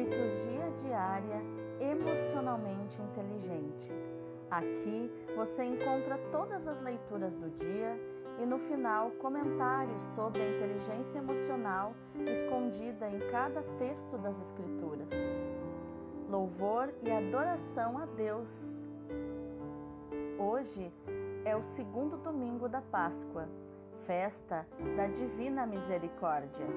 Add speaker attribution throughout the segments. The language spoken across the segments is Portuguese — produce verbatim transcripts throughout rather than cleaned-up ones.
Speaker 1: Liturgia diária emocionalmente inteligente. Aqui você encontra todas as leituras do dia e no final comentários sobre a inteligência emocional escondida em cada texto das Escrituras. Louvor e adoração a Deus. Hoje é o segundo domingo da Páscoa, festa da Divina Misericórdia.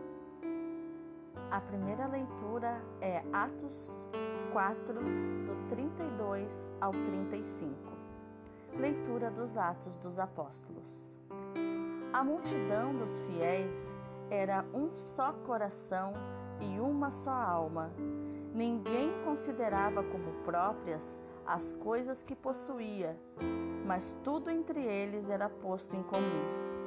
Speaker 1: A primeira leitura é Atos quatro, do trinta e dois ao trinta e cinco. Leitura dos Atos dos Apóstolos. A multidão dos fiéis era um só coração e uma só alma. Ninguém considerava como próprias as coisas que possuía, mas tudo entre eles era posto em comum.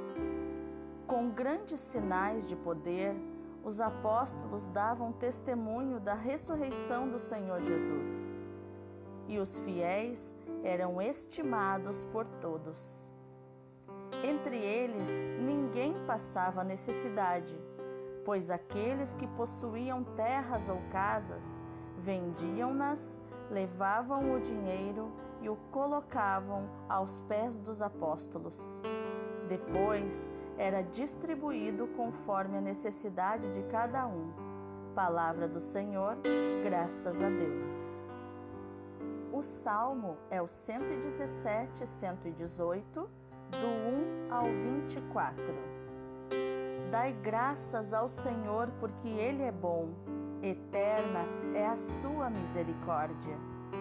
Speaker 1: Com grandes sinais de poder, os apóstolos davam testemunho da ressurreição do Senhor Jesus, e os fiéis eram estimados por todos. Entre eles, ninguém passava necessidade, pois aqueles que possuíam terras ou casas, vendiam-nas, levavam o dinheiro e o colocavam aos pés dos apóstolos. Depois, era distribuído conforme a necessidade de cada um. Palavra do Senhor, graças a Deus. O Salmo é o cento e dezessete e cento e dezoito, do um ao vinte e quatro. Dai graças ao Senhor porque Ele é bom, eterna é a sua misericórdia.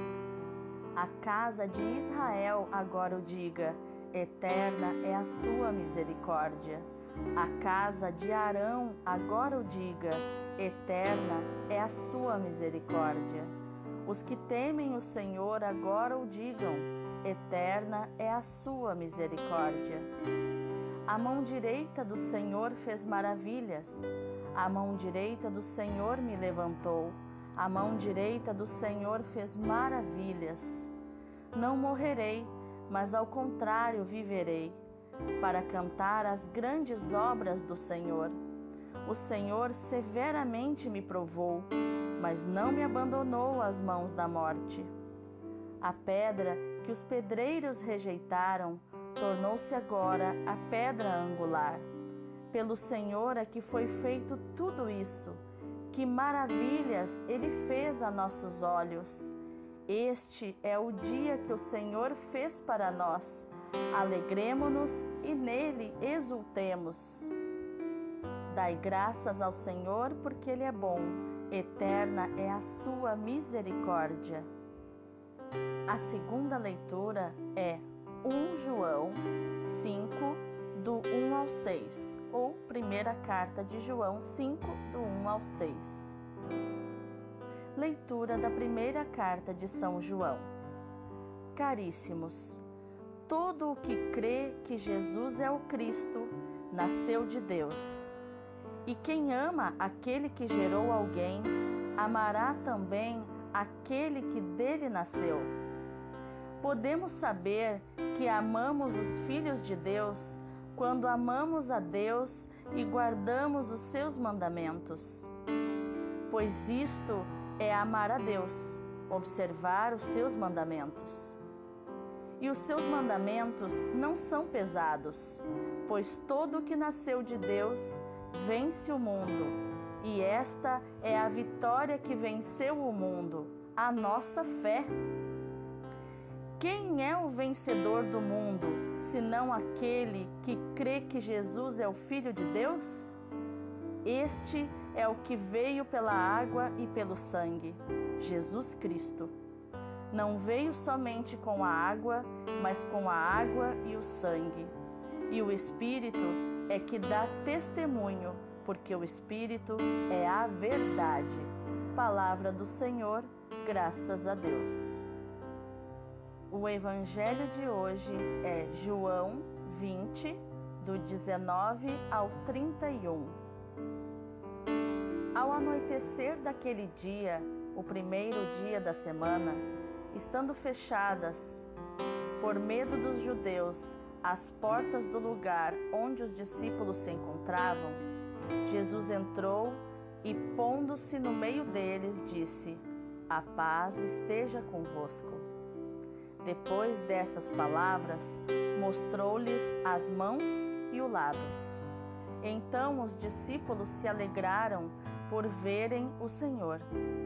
Speaker 1: A casa de Israel agora o diga, eterna é a sua misericórdia. A casa de Arão agora o diga, eterna é a sua misericórdia. Os que temem o Senhor agora o digam, eterna é a sua misericórdia. A mão direita do Senhor fez maravilhas. A mão direita do Senhor me levantou. A mão direita do Senhor fez maravilhas. Não morrerei, mas ao contrário viverei, para cantar as grandes obras do Senhor. O Senhor severamente me provou, mas não me abandonou às mãos da morte. A pedra que os pedreiros rejeitaram tornou-se agora a pedra angular. Pelo Senhor é que foi feito tudo isso. Que maravilhas Ele fez a nossos olhos. Este é o dia que o Senhor fez para nós. Alegremo-nos e nele exultemos. Dai graças ao Senhor porque Ele é bom. Eterna é a sua misericórdia. A segunda leitura é Primeira João cinco, do um ao seis, ou primeira carta de João cinco, do um ao seis. Leitura da primeira carta de São João. Caríssimos, todo o que crê que Jesus é o Cristo, nasceu de Deus. E quem ama aquele que gerou alguém, amará também aquele que dele nasceu. Podemos saber que amamos os filhos de Deus quando amamos a Deus e guardamos os seus mandamentos. Pois isto é amar a Deus, observar os seus mandamentos. E os seus mandamentos não são pesados, pois todo o que nasceu de Deus vence o mundo, e esta é a vitória que venceu o mundo, a nossa fé. Quem é o vencedor do mundo, senão aquele que crê que Jesus é o Filho de Deus? Este é o que veio pela água e pelo sangue, Jesus Cristo. Não veio somente com a água, mas com a água e o sangue. E o Espírito é que dá testemunho, porque o Espírito é a verdade. Palavra do Senhor, graças a Deus. O Evangelho de hoje é João vinte, do dezenove ao trinta e um. Ao anoitecer daquele dia, o primeiro dia da semana, estando fechadas, por medo dos judeus, as portas do lugar onde os discípulos se encontravam, Jesus entrou, e, pondo-se no meio deles, disse: a paz esteja convosco. Depois dessas palavras, mostrou-lhes as mãos e o lado. Então os discípulos se alegraram por verem o Senhor.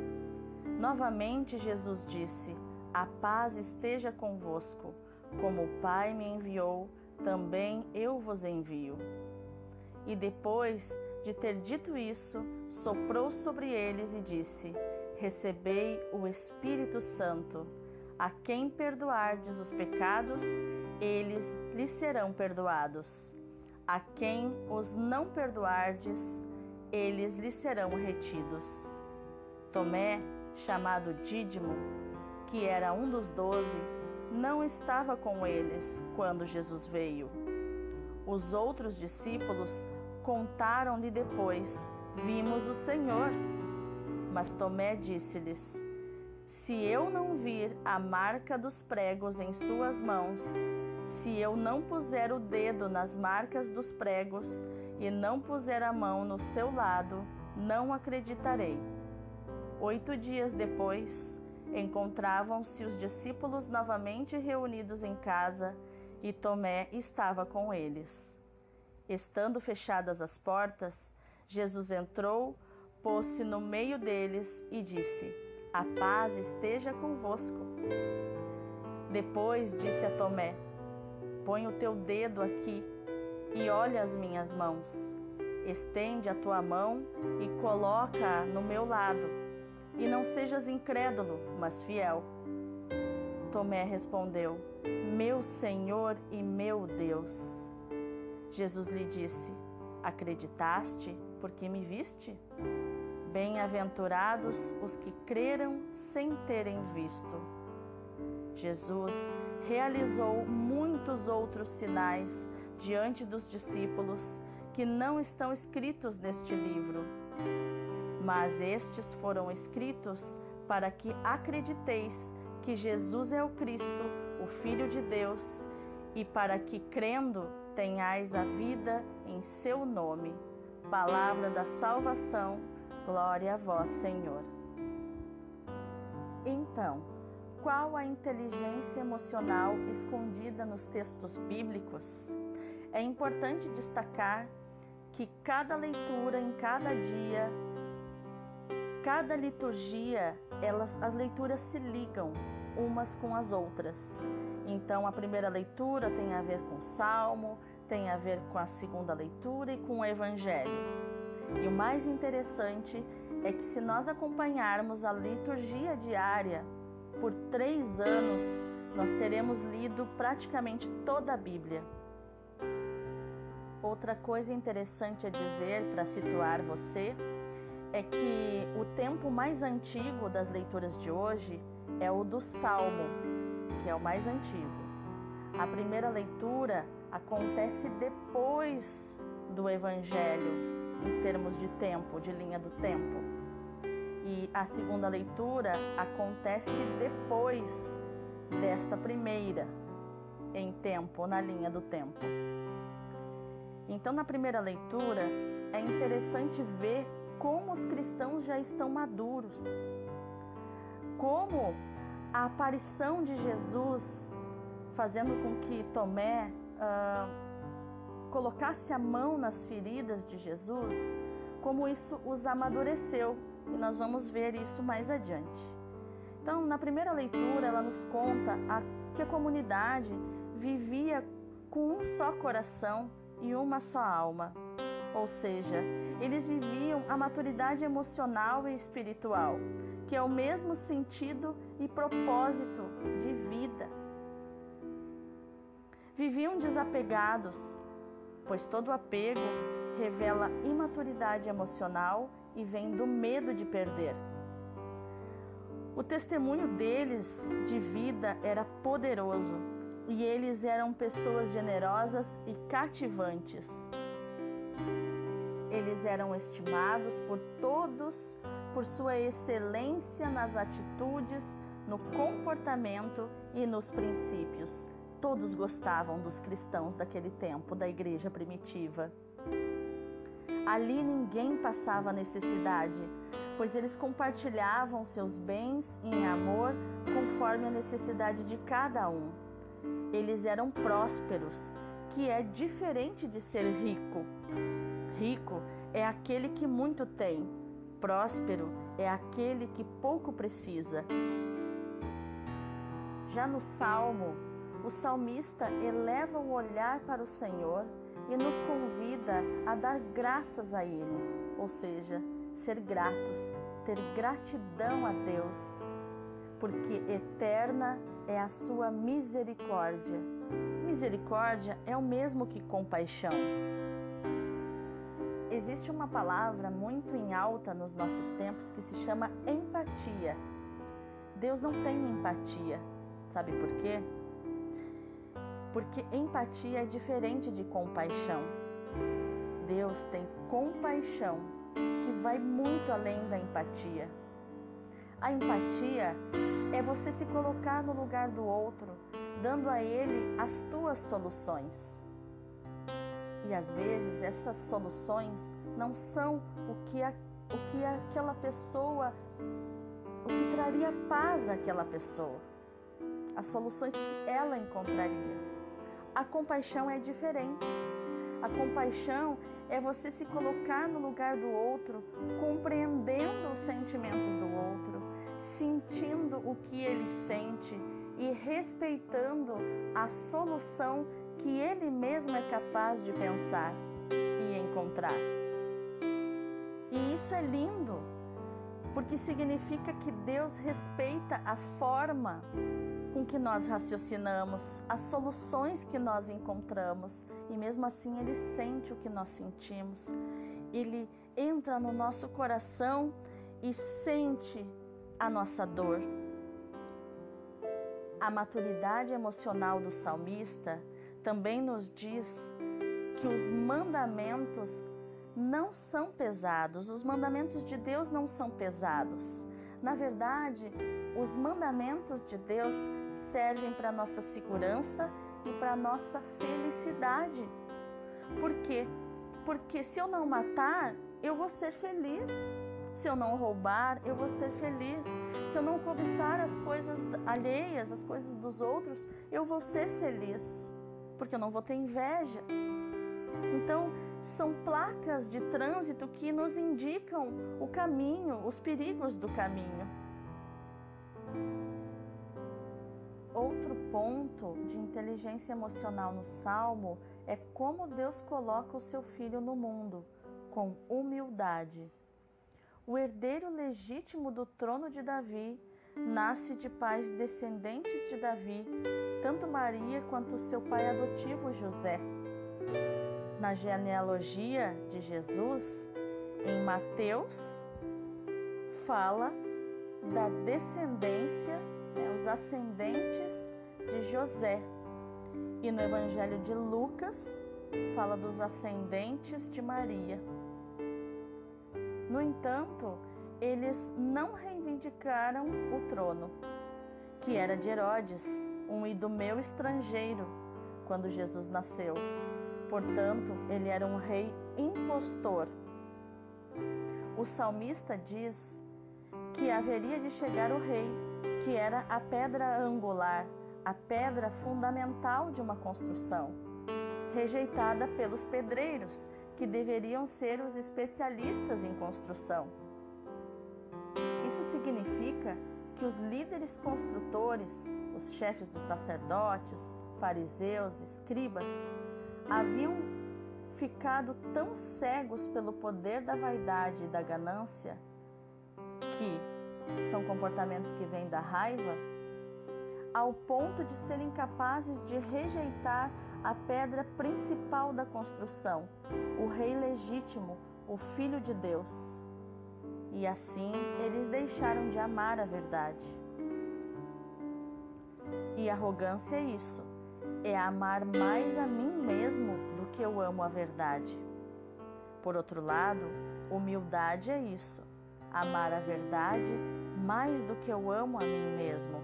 Speaker 1: Novamente Jesus disse: a paz esteja convosco. Como o Pai me enviou, também eu vos envio. E depois de ter dito isso, soprou sobre eles e disse: recebei o Espírito Santo. A quem perdoardes os pecados, eles lhes serão perdoados. A quem os não perdoardes, eles lhes serão retidos. Tomé, chamado Dídimo, que era um dos doze, não estava com eles quando Jesus veio. Os outros discípulos contaram-lhe depois: vimos o Senhor. Mas Tomé disse-lhes: se eu não vir a marca dos pregos em suas mãos, se eu não puser o dedo nas marcas dos pregos e não puser a mão no seu lado, não acreditarei. Oito dias depois, encontravam-se os discípulos novamente reunidos em casa e Tomé estava com eles. Estando fechadas as portas, Jesus entrou, pôs-se no meio deles e disse: a paz esteja convosco. Depois disse a Tomé: põe o teu dedo aqui e olha as minhas mãos. Estende a tua mão e coloca-a no meu lado. E não sejas incrédulo, mas fiel. Tomé respondeu: meu Senhor e meu Deus. Jesus lhe disse: acreditaste porque me viste? Bem-aventurados os que creram sem terem visto. Jesus realizou muitos outros sinais diante dos discípulos que não estão escritos neste livro. Mas estes foram escritos para que acrediteis que Jesus é o Cristo, o Filho de Deus, e para que, crendo, tenhais a vida em seu nome. Palavra da salvação, glória a vós, Senhor. Então, qual a inteligência emocional escondida nos textos bíblicos? É importante destacar que cada leitura em cada dia, cada liturgia, elas, as leituras se ligam umas com as outras. Então, a primeira leitura tem a ver com o Salmo, tem a ver com a segunda leitura e com o Evangelho. E o mais interessante é que, se nós acompanharmos a liturgia diária por três anos, nós teremos lido praticamente toda a Bíblia. Outra coisa interessante a dizer para situar você é que o tempo mais antigo das leituras de hoje é o do Salmo, que é o mais antigo. A primeira leitura acontece depois do Evangelho, em termos de tempo, de linha do tempo. E a segunda leitura acontece depois desta primeira, em tempo, na linha do tempo. Então, na primeira leitura, é interessante ver como os cristãos já estão maduros, como a aparição de Jesus, fazendo com que Tomé uh, colocasse a mão nas feridas de Jesus, como isso os amadureceu, e nós vamos ver isso mais adiante. Então, na primeira leitura, ela nos conta a, que a comunidade vivia com um só coração e uma só alma, ou seja, eles viviam a maturidade emocional e espiritual, que é o mesmo sentido e propósito de vida. Viviam desapegados, pois todo apego revela imaturidade emocional e vem do medo de perder. O testemunho deles de vida era poderoso e eles eram pessoas generosas e cativantes. Eles eram estimados por todos por sua excelência nas atitudes, no comportamento e nos princípios. Todos gostavam dos cristãos daquele tempo, da igreja primitiva. Ali ninguém passava necessidade, pois eles compartilhavam seus bens em amor conforme a necessidade de cada um. Eles eram prósperos, que é diferente de ser rico. Rico é aquele que muito tem, próspero é aquele que pouco precisa. Já no Salmo, o salmista eleva o olhar para o Senhor e nos convida a dar graças a Ele, ou seja, ser gratos, ter gratidão a Deus, porque eterna é a sua misericórdia. Misericórdia é o mesmo que compaixão. Existe uma palavra muito em alta nos nossos tempos que se chama empatia. Deus não tem empatia. Sabe por quê? Porque empatia é diferente de compaixão. Deus tem compaixão, que vai muito além da empatia. A empatia é você se colocar no lugar do outro, dando a ele as tuas soluções. E às vezes essas soluções não são o que, a, o que aquela pessoa, o que traria paz àquela pessoa, as soluções que ela encontraria. A compaixão é diferente. A compaixão é você se colocar no lugar do outro, compreendendo os sentimentos do outro, sentindo o que ele sente e respeitando a solução que ele mesmo é capaz de pensar e encontrar. E isso é lindo, porque significa que Deus respeita a forma com que nós raciocinamos, as soluções que nós encontramos, e mesmo assim Ele sente o que nós sentimos. Ele entra no nosso coração e sente a nossa dor. A maturidade emocional do salmista também nos diz que os mandamentos não são pesados, os mandamentos de Deus não são pesados. Na verdade, os mandamentos de Deus servem para a nossa segurança e para a nossa felicidade. Por quê? Porque se eu não matar, eu vou ser feliz. Se eu não roubar, eu vou ser feliz. Se eu não cobiçar as coisas alheias, as coisas dos outros, eu vou ser feliz, porque eu não vou ter inveja. Então, são placas de trânsito que nos indicam o caminho, os perigos do caminho. Outro ponto de inteligência emocional no Salmo é como Deus coloca o seu filho no mundo, com humildade. O herdeiro legítimo do trono de Davi nasce de pais descendentes de Davi, tanto Maria quanto seu pai adotivo José. Na genealogia de Jesus, em Mateus, fala da descendência, né, os ascendentes de José. E no Evangelho de Lucas, fala dos ascendentes de Maria. No entanto, eles não reivindicaram o trono, que era de Herodes, um idumeu estrangeiro, quando Jesus nasceu. Portanto, ele era um rei impostor. O salmista diz que haveria de chegar o rei, que era a pedra angular, a pedra fundamental de uma construção, rejeitada pelos pedreiros, que deveriam ser os especialistas em construção. Isso significa que os líderes construtores, os chefes dos sacerdotes, fariseus, escribas, haviam ficado tão cegos pelo poder da vaidade e da ganância, que são comportamentos que vêm da raiva, ao ponto de serem capazes de rejeitar a pedra principal da construção, o rei legítimo, o Filho de Deus. E assim eles deixaram de amar a verdade. E arrogância é isso, é amar mais a mim mesmo do que eu amo a verdade. Por outro lado, humildade é isso, amar a verdade mais do que eu amo a mim mesmo.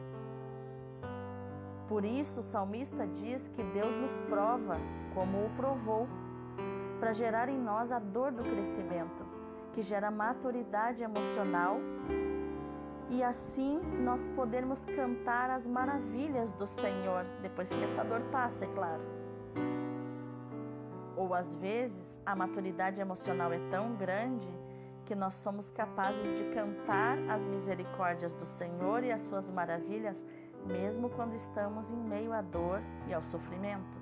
Speaker 1: Por isso, o salmista diz que Deus nos prova, como o provou. para gerar em nós a dor do crescimento, que gera maturidade emocional, e assim nós podermos cantar as maravilhas do Senhor, depois que essa dor passa, é claro. Ou às vezes a maturidade emocional é tão grande que nós somos capazes de cantar as misericórdias do Senhor e as suas maravilhas, mesmo quando estamos em meio à dor e ao sofrimento.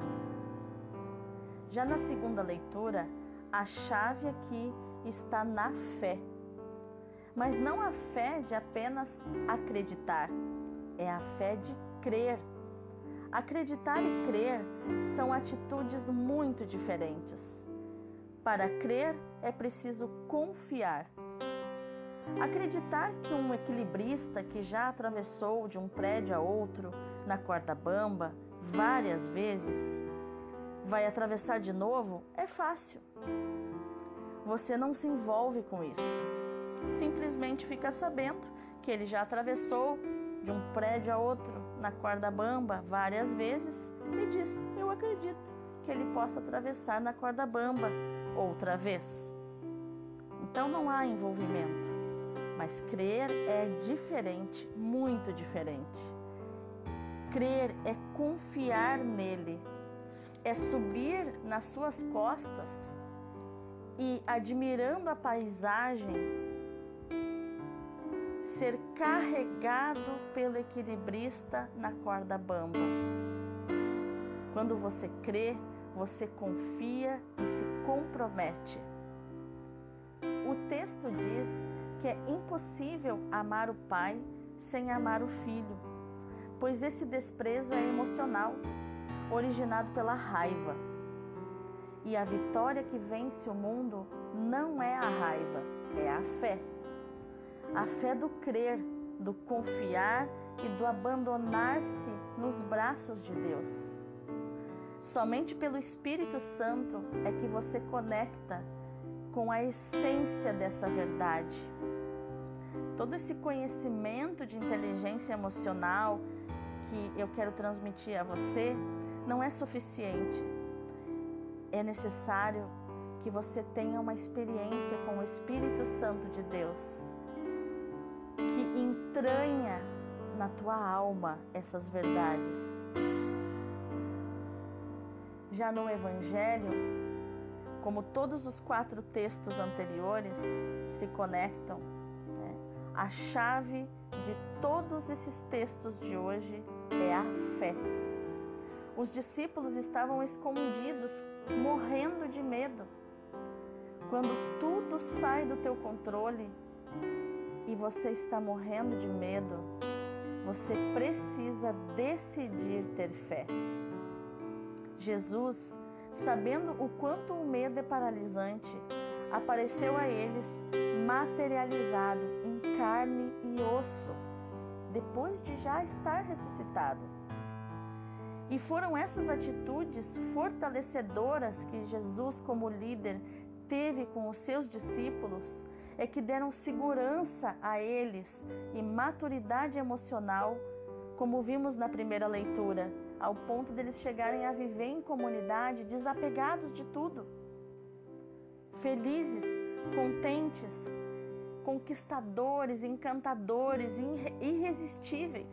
Speaker 1: Já na segunda leitura, a chave aqui está na fé. Mas não a fé de apenas acreditar, é a fé de crer. Acreditar e crer são atitudes muito diferentes. Para crer é preciso confiar. Acreditar que um equilibrista que já atravessou de um prédio a outro na corda bamba várias vezes vai atravessar de novo é fácil. Você não se envolve com isso. Simplesmente fica sabendo que ele já atravessou de um prédio a outro na corda bamba várias vezes e diz: eu acredito que ele possa atravessar na corda bamba outra vez. Então não há envolvimento, mas crer é diferente, muito diferente. Crer é confiar nele, é subir nas suas costas e, admirando a paisagem, ser carregado pelo equilibrista na corda bamba. Quando você crê, você confia e se compromete. O texto diz que é impossível amar o pai sem amar o filho, pois esse desprezo é emocional, originado pela raiva. E a vitória que vence o mundo não é a raiva, é a fé. A fé do crer, do confiar e do abandonar-se nos braços de Deus. Somente pelo Espírito Santo é que você conecta com a essência dessa verdade. Todo esse conhecimento de inteligência emocional que eu quero transmitir a você não é suficiente. É necessário que você tenha uma experiência com o Espírito Santo de Deus, que entranha na tua alma essas verdades. Já no Evangelho, como todos os quatro textos anteriores se conectam, né? A chave de todos esses textos de hoje é a fé. Os discípulos estavam escondidos, morrendo de medo. Quando tudo sai do teu controle e você está morrendo de medo, você precisa decidir ter fé. Jesus, sabendo o quanto o medo é paralisante, apareceu a eles materializado em carne e osso, depois de já estar ressuscitado. E foram essas atitudes fortalecedoras que Jesus, como líder, teve com os seus discípulos, é que deram segurança a eles e maturidade emocional, como vimos na primeira leitura, ao ponto deles chegarem a viver em comunidade, desapegados de tudo, felizes, contentes, conquistadores, encantadores, irresistíveis.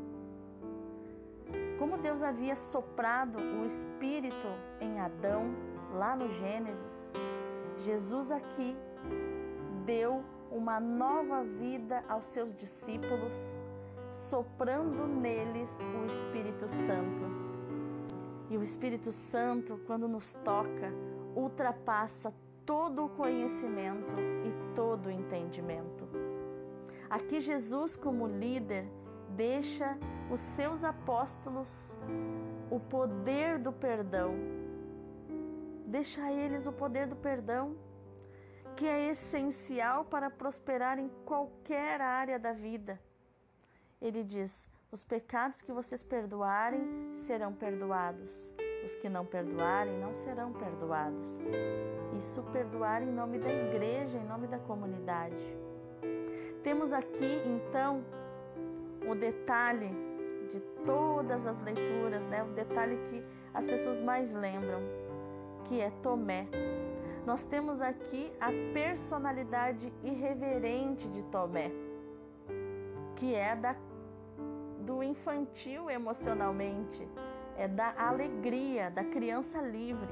Speaker 1: Como Deus havia soprado o Espírito em Adão, lá no Gênesis, Jesus aqui deu uma nova vida aos seus discípulos, soprando neles o Espírito Santo. E o Espírito Santo, quando nos toca, ultrapassa todo o conhecimento e todo o entendimento. Aqui Jesus, como líder, deixa os seus apóstolos o poder do perdão. Deixa a eles o poder do perdão, que é essencial para prosperar em qualquer área da vida. Ele diz: os pecados que vocês perdoarem serão perdoados, os que não perdoarem não serão perdoados. Isso perdoar em nome da igreja, em nome da comunidade. Temos aqui então o detalhe de todas as leituras, né? O detalhe que as pessoas mais lembram, que é Tomé. Nós temos aqui a personalidade irreverente de Tomé, que é da, do infantil emocionalmente, é da alegria, da criança livre.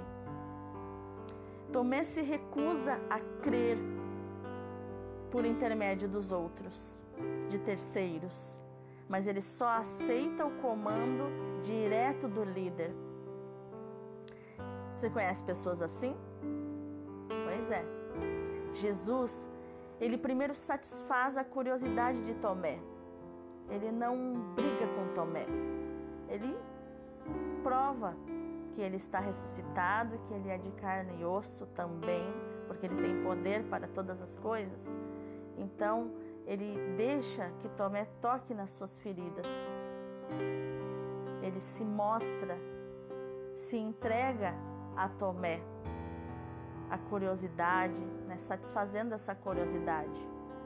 Speaker 1: Tomé se recusa a crer por intermédio dos outros, de terceiros, mas ele só aceita o comando direto do líder. Você conhece pessoas assim? Pois é. Jesus, ele primeiro satisfaz a curiosidade de Tomé. Ele não briga com Tomé. Ele prova que ele está ressuscitado, que ele é de carne e osso também, porque ele tem poder para todas as coisas. Então, ele deixa que Tomé toque nas suas feridas. Ele se mostra, se entrega a Tomé, a curiosidade, né, satisfazendo essa curiosidade.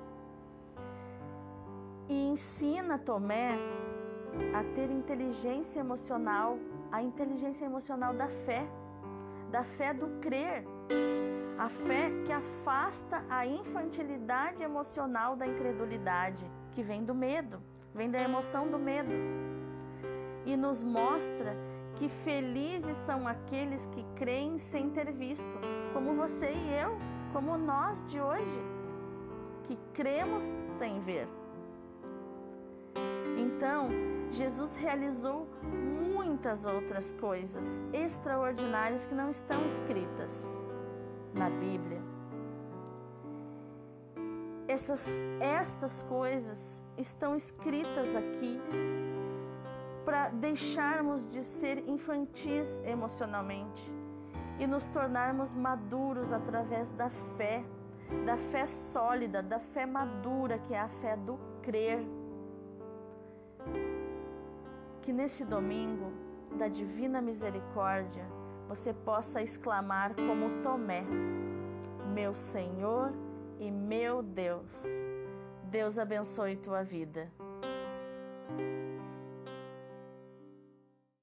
Speaker 1: E ensina Tomé a ter inteligência emocional, a inteligência emocional da fé, da fé do crer, a fé que afasta a infantilidade emocional da incredulidade, que vem do medo, vem da emoção do medo. E nos mostra que felizes são aqueles que creem sem ter visto, como você e eu, como nós de hoje, que cremos sem ver. Então, Jesus realizou muitas outras coisas extraordinárias que não estão escritas na Bíblia. Estas, estas coisas estão escritas aqui para deixarmos de ser infantis emocionalmente e nos tornarmos maduros através da fé, da fé sólida, da fé madura, que é a fé do crer. Que neste domingo da Divina Misericórdia você possa exclamar como Tomé: meu Senhor e meu Deus. Deus abençoe tua vida.